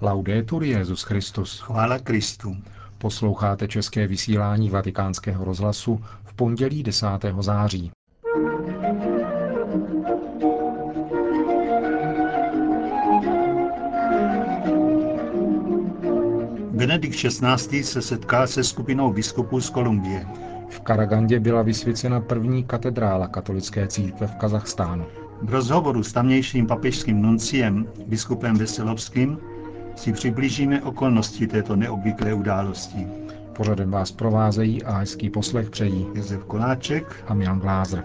Laudetur Jesus Christus. Chvála Kristu. Posloucháte české vysílání Vatikánského rozhlasu v pondělí 10. září. Benedikt XVI. Se setkal se skupinou biskupů z Kolumbie. V Karagandě byla vysvěcena první katedrála katolické církve v Kazachstánu. V rozhovoru s tamnějším papežským nunciem, biskupem Veselovským, si přiblížíme okolnosti této neobvyklé události. Pořadem vás provázejí a hezký poslech přejí Josef Koláček a Milan Glázer.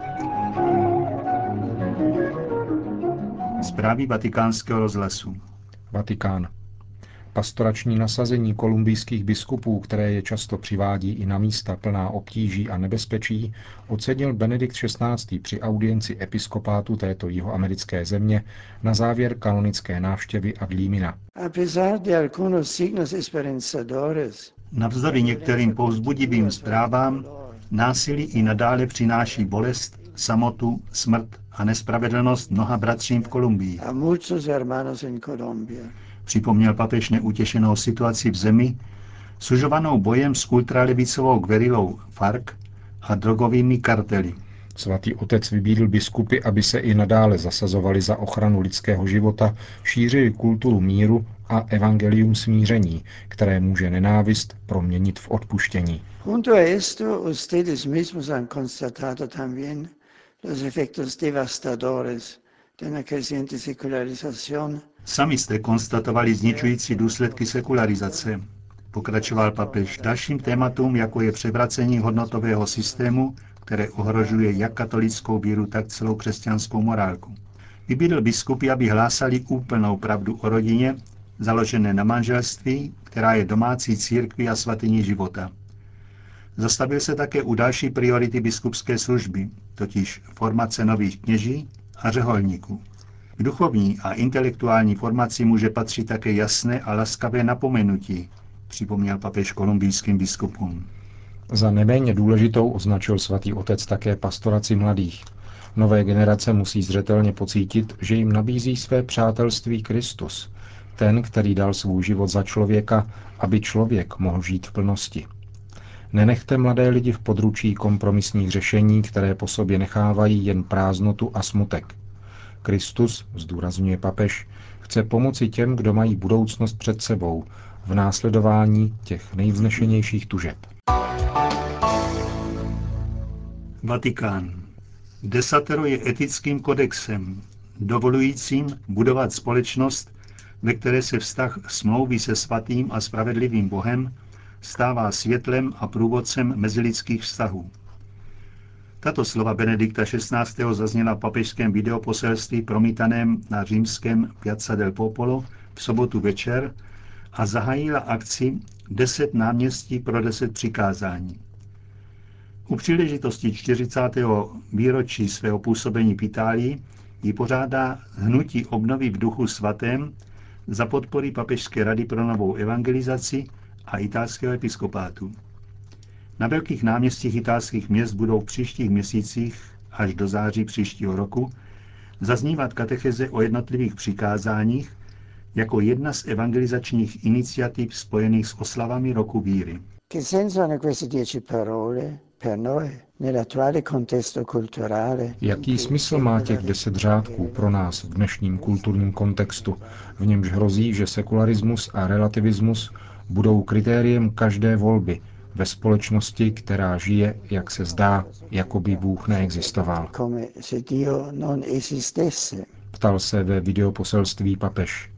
Zprávy Vatikánského rozhlasu. Vatikán. Pastorační nasazení kolumbijských biskupů, které je často přivádí i na místa plná obtíží a nebezpečí, ocenil Benedikt XVI. Při audienci episkopátu této jihoamerické země na závěr kanonické návštěvy ad limina. Navzdory některým povzbudivým zprávám, násilí i nadále přináší bolest, samotu, smrt a nespravedlnost mnoha bratřím v Kolumbii. Připomněl papež neutěšenou situaci v zemi, sužovanou bojem s ultralevicovou guerilou FARC a drogovými kartely. Svatý otec vybídl biskupy, aby se i nadále zasazovali za ochranu lidského života, šířili kulturu míru a evangelium smíření, které může nenávist proměnit v odpuštění. Sami jste konstatovali zničující důsledky sekularizace. Pokračoval papež dalším tématům, jako je převracení hodnotového systému, které ohrožuje jak katolickou víru, tak celou křesťanskou morálku. Vybídl biskupy, aby hlásali úplnou pravdu o rodině, založené na manželství, která je domácí církví a svatyní života. Zastavil se také u další priority biskupské služby, totiž formace nových kněží a řeholníků. K duchovní a intelektuální formaci může patřit také jasné a laskavé napomenutí, připomněl papež kolumbijským biskupům. Za neméně důležitou označil svatý otec také pastoraci mladých. Nové generace musí zřetelně pocítit, že jim nabízí své přátelství Kristus, ten, který dal svůj život za člověka, aby člověk mohl žít v plnosti. Nenechte mladé lidi v područí kompromisních řešení, které po sobě nechávají jen prázdnotu a smutek. Kristus, zdůrazňuje papež, chce pomoci těm, kdo mají budoucnost před sebou, v následování těch nejvznešenějších tužeb. Vatikán. Desatero je etickým kodexem, dovolujícím budovat společnost, ve které se vztah smlouvy se svatým a spravedlivým Bohem stává světlem a průvodcem mezilidských vztahů. Tato slova Benedikta XVI. Zazněla v papežském videoposelství promítaném na římském Piazza del Popolo v sobotu večer a zahájila akci 10 náměstí pro 10 přikázání. U příležitosti 40. výročí svého působení v Itálii ji pořádá hnutí obnovy v duchu svatém za podpory Papežské rady pro novou evangelizaci a italského episkopátu. Na velkých náměstích italských měst budou v příštích měsících až do září příštího roku zaznívat katecheze o jednotlivých přikázáních jako jedna z evangelizačních iniciativ spojených s oslavami roku víry. Jaký smysl má těch 10 řádků pro nás v dnešním kulturním kontextu, v němž hrozí, že sekularismus a relativismus budou kritériem každé volby ve společnosti, která žije, jak se zdá, jako by Bůh neexistoval? Ptal se ve videoposelství papež.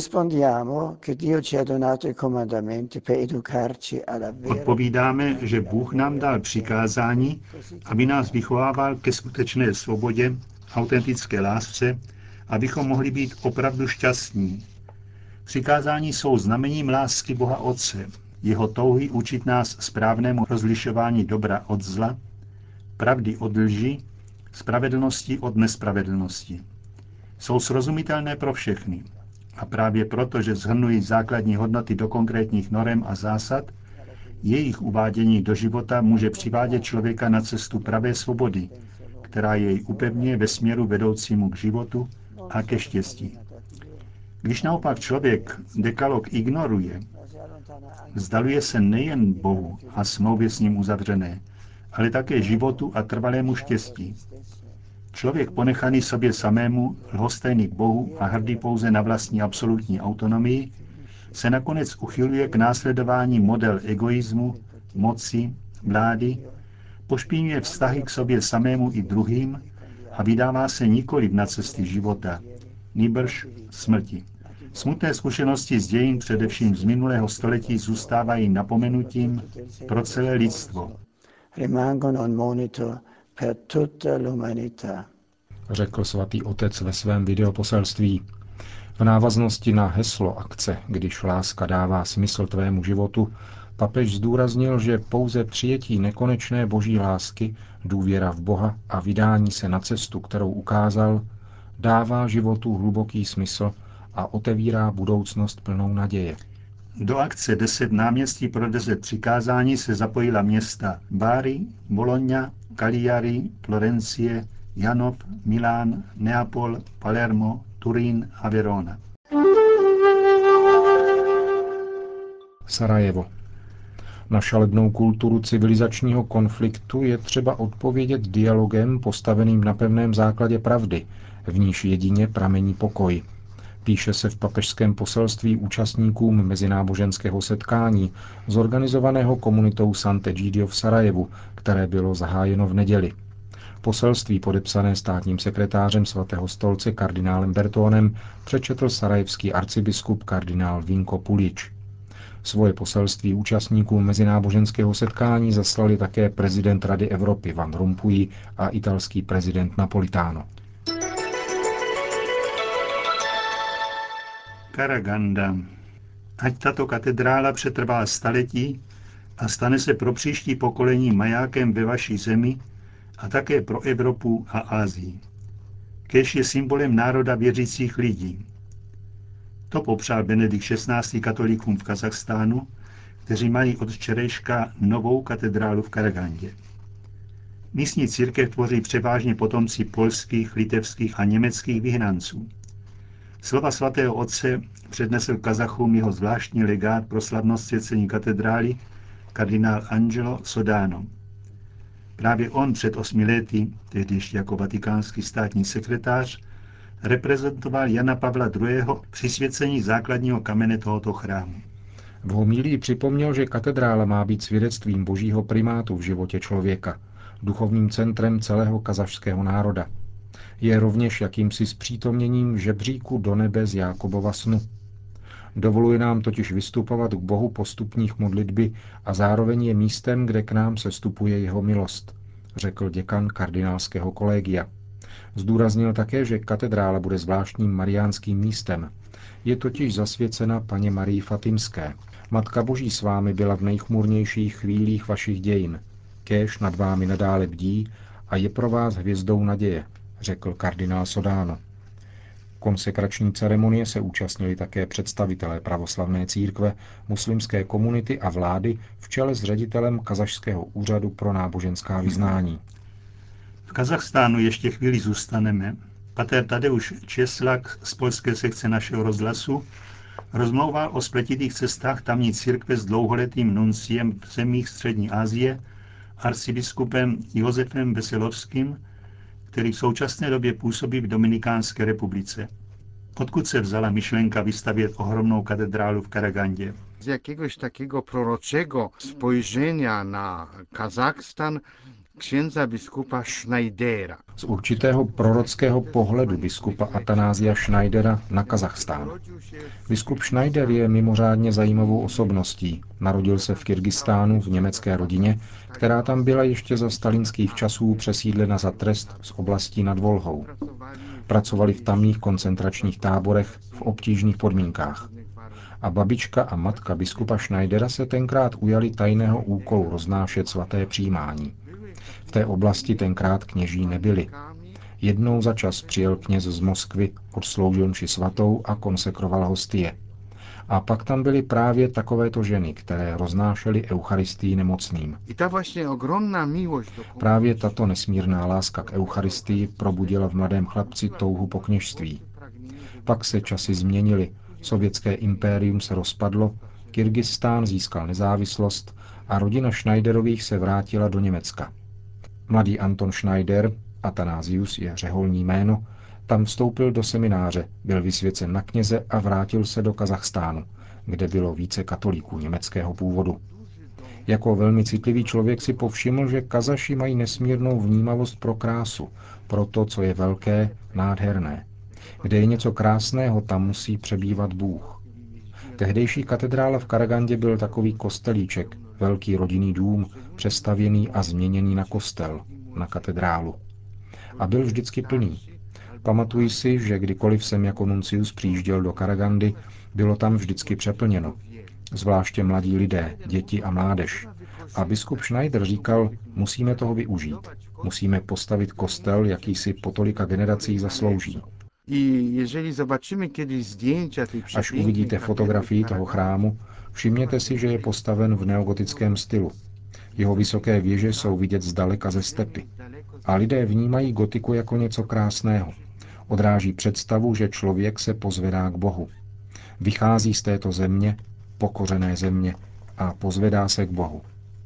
Odpovídáme, že Bůh nám dal přikázání, aby nás vychovával ke skutečné svobodě, autentické lásce, abychom mohli být opravdu šťastní. Přikázání jsou znamením lásky Boha Otce, jeho touhy učit nás správnému rozlišování dobra od zla, pravdy od lži, spravedlnosti od nespravedlnosti. Jsou srozumitelné pro všechny. A právě proto, že shrnují základní hodnoty do konkrétních norem a zásad, jejich uvádění do života může přivádět člověka na cestu pravé svobody, která jej upevňuje ve směru vedoucímu k životu a ke štěstí. Když naopak člověk dekalog ignoruje, vzdaluje se nejen Bohu a smlouvě s ním uzavřené, ale také životu a trvalému štěstí. Člověk ponechaný sobě samému, lhostejný k Bohu a hrdý pouze na vlastní absolutní autonomii, se nakonec uchyluje k následování model egoismu, moci, vlády, pošpíňuje vztahy k sobě samému i druhým a vydává se nikoliv na cesty života, nýbrž smrti. Smutné zkušenosti z dějin především z minulého století zůstávají napomenutím pro celé lidstvo. Řekl svatý otec ve svém videoposelství. V návaznosti na heslo akce, když láska dává smysl tvému životu, papež zdůraznil, že pouze přijetí nekonečné boží lásky, důvěra v Boha a vydání se na cestu, kterou ukázal, dává životu hluboký smysl a otevírá budoucnost plnou naděje. Do akce 10 náměstí pro 10 přikázání se zapojila města Bari, Bologna, Cagliari, Florencie, Janov, Milán, Neapol, Palermo, Turín a Verona. Sarajevo. Na šalebnou kulturu civilizačního konfliktu je třeba odpovědět dialogem postaveným na pevném základě pravdy, v níž jedině pramení pokoj. Píše se v papežském poselství účastníkům mezináboženského setkání zorganizovaného komunitou Sant'Egidio v Sarajevu, které bylo zahájeno v neděli. Poselství podepsané státním sekretářem svatého stolce kardinálem Bertónem přečetl sarajevský arcibiskup kardinál Vinko Pulič. Svoje poselství účastníkům mezináboženského setkání zaslali také prezident Rady Evropy Van Rompuy a italský prezident Napolitano. Karaganda. Ať tato katedrála přetrvá staletí a stane se pro příští pokolení majákem ve vaší zemi a také pro Evropu a Asii. Kéž je symbolem národa věřících lidí. To popřál Benedikt XVI. Katolíkům v Kazachstánu, kteří mají od včerejška novou katedrálu v Karagandě. Místní církev tvoří převážně potomci polských, litevských a německých vyhnanců. Slova svatého otce přednesl Kazachům jeho zvláštní legát pro slavnost svěcení katedrály, kardinál Angelo Sodano. Právě on před 8 lety, tehdy ještě jako vatikánský státní sekretář, reprezentoval Jana Pavla II. Při svěcení základního kamene tohoto chrámu. V homílii připomněl, že katedrála má být svědectvím božího primátu v životě člověka, duchovním centrem celého kazašského národa. Je rovněž jakýmsi zpřítomněním žebříku do nebe z Jákobova snu. Dovoluje nám totiž vystupovat k Bohu postupních modlitby a zároveň je místem, kde k nám sestupuje jeho milost, řekl děkan kardinálského kolegia. Zdůraznil také, že katedrála bude zvláštním mariánským místem. Je totiž zasvěcena Panně Marii Fatimské. Matka Boží s vámi byla v nejchmurnějších chvílích vašich dějin. Kéž nad vámi nadále bdí a je pro vás hvězdou naděje, řekl kardinál Sodano. Konsekrační ceremonie se účastnili také představitelé pravoslavné církve, muslimské komunity a vlády v čele s ředitelem Kazašského úřadu pro náboženská vyznání. V Kazachstánu ještě chvíli zůstaneme. Pater Tadeusz Česlak z polské sekce našeho rozhlasu rozmlouval o spletitých cestách tamní církve s dlouholetým nunciem v zemích Střední Asie, arcibiskupem Josefem Veselovským, který v současné době působí v Dominikánské republice. Odkud se vzala myšlenka vystavět ohromnou katedrálu v Karagandě? Z jakiegoś takiego proroczego spojrzenia na Kazachstan księdza biskupa Schneidera. Z určitého prorockého pohledu biskupa Atanázia Schneidera na Kazachstán. Biskup Schneider je mimořádně zajímavou osobností. Narodil se v Kyrgyzstánu v německé rodině, která tam byla ještě za stalinských časů přesídlena za trest z oblastí nad Volhou. Pracovali v tamních koncentračních táborech v obtížných podmínkách. A babička a matka biskupa Schneidera se tenkrát ujali tajného úkolu roznášet svaté přijímání. V té oblasti tenkrát kněží nebyli. Jednou za čas přijel kněz z Moskvy, odsloužil mši svatou a konsekroval hostie. A pak tam byly právě takovéto ženy, které roznášely eucharistii nemocným. Právě tato nesmírná láska k eucharistii probudila v mladém chlapci touhu po kněžství. Pak se časy změnily, sovětské impérium se rozpadlo, Kyrgyzstán získal nezávislost a rodina Schneiderových se vrátila do Německa. Mladý Anton Schneider, Athanasius je řeholní jméno, tam vstoupil do semináře, byl vysvěcen na kněze a vrátil se do Kazachstánu, kde bylo více katolíků německého původu. Jako velmi citlivý člověk si povšiml, že Kazaši mají nesmírnou vnímavost pro krásu, pro to, co je velké, nádherné. Kde je něco krásného, tam musí přebývat Bůh. Tehdejší katedrála v Karagandě byl takový kostelíček, velký rodinný dům, přestavěný a změněný na kostel, na katedrálu. A byl vždycky plný. Pamatuji si, že kdykoliv jsem jako nuncius přijížděl do Karagandy, bylo tam vždycky přeplněno. Zvláště mladí lidé, děti a mládež. A biskup Schneider říkal, musíme toho využít. Musíme postavit kostel, jaký si po tolika generacích zaslouží. Až uvidíte fotografii toho chrámu, všimněte si, že je postaven v neogotickém stylu. Jeho vysoké věže jsou vidět zdaleka ze stepy. A lidé vnímají gotiku jako něco krásného. Odráží představu, že člověk se pozvedá k Bohu. Vychází z této země, pokořené země, a pozvedá se k Bohu.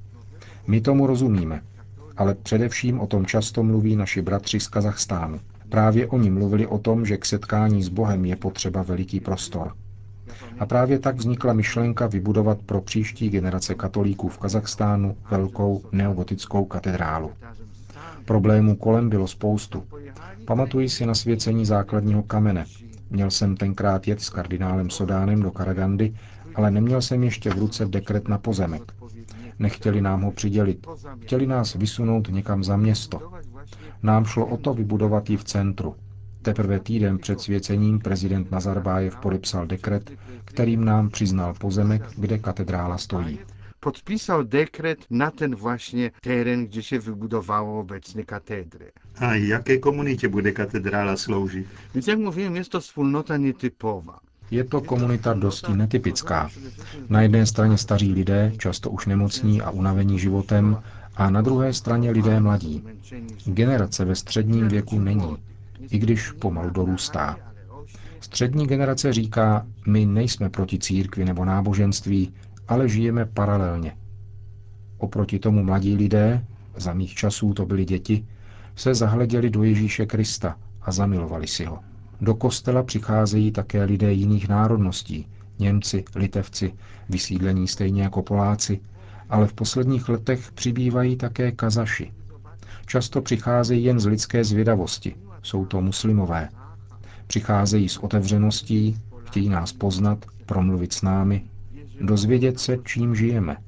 My tomu rozumíme, ale především o tom často mluví naši bratři z Kazachstánu. Právě oni mluvili o tom, že k setkání s Bohem je potřeba veliký prostor. A právě tak vznikla myšlenka vybudovat pro příští generace katolíků v Kazachstánu velkou neogotickou katedrálu. Problémů kolem bylo spoustu. Pamatuji si na svěcení základního kamene. Měl jsem tenkrát jet s kardinálem Sodánem do Karagandy, ale neměl jsem ještě v ruce dekret na pozemek. Nechtěli nám ho přidělit. Chtěli nás vysunout někam za město. Nám šlo o to vybudovat ji v centru. Teprve týden před svěcením prezident Nazarbájev podepsal dekret, kterým nám přiznal pozemek, kde katedrála stojí. Podpisał dekret na ten właśnie teren, gdzie się wybudowało obecnie katedrę. A jaké komunitě bude katedrála sloužit? Więc jak mówiłem, jest to wspólnota nietypowa. Je to komunita dosti netypická. Na jedné straně staří lidé, často už nemocní a unavení životem, a na druhé straně lidé mladí. Generace ve středním věku není, i když pomalu dorůstá. Střední generace říká, my nejsme proti církvi nebo náboženství, ale žijeme paralelně. Oproti tomu mladí lidé, za mých časů to byly děti, se zahleděli do Ježíše Krista a zamilovali si ho. Do kostela přicházejí také lidé jiných národností, Němci, Litevci, vysídlení stejně jako Poláci, ale v posledních letech přibývají také Kazaši. Často přicházejí jen z lidské zvědavosti, jsou to muslimové. Přicházejí s otevřeností, chtějí nás poznat, promluvit s námi, dozvědět se, čím žijeme.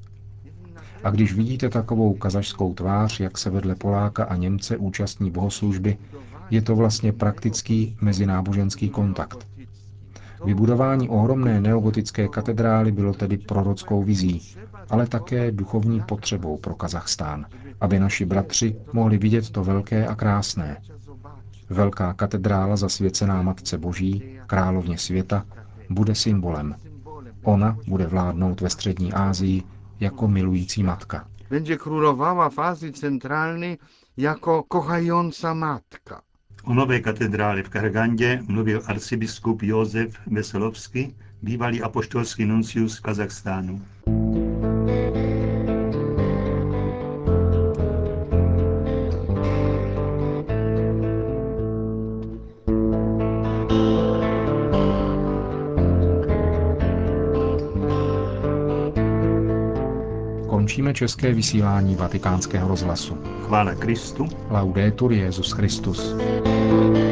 A když vidíte takovou kazašskou tvář, jak se vedle Poláka a Němce účastní bohoslužby, je to vlastně praktický mezináboženský kontakt. Vybudování ohromné neogotické katedrály bylo tedy prorockou vizí, ale také duchovní potřebou pro Kazachstán, aby naši bratři mohli vidět to velké a krásné. Velká katedrála zasvěcená Matce Boží, královně světa, bude symbolem. Ona bude vládnout ve střední Asii jako milující matka. Będzie królowała w Azji Centralnej jako kochająca matka. O nové katedrále v Karagandě mluvil arcibiskup Josef Veselovský, bývalý apoštolský nuncius Kazachstánu. Končíme české vysílání Vatikánského rozhlasu. Chvála Kristu. Laudetur Jesus Christus.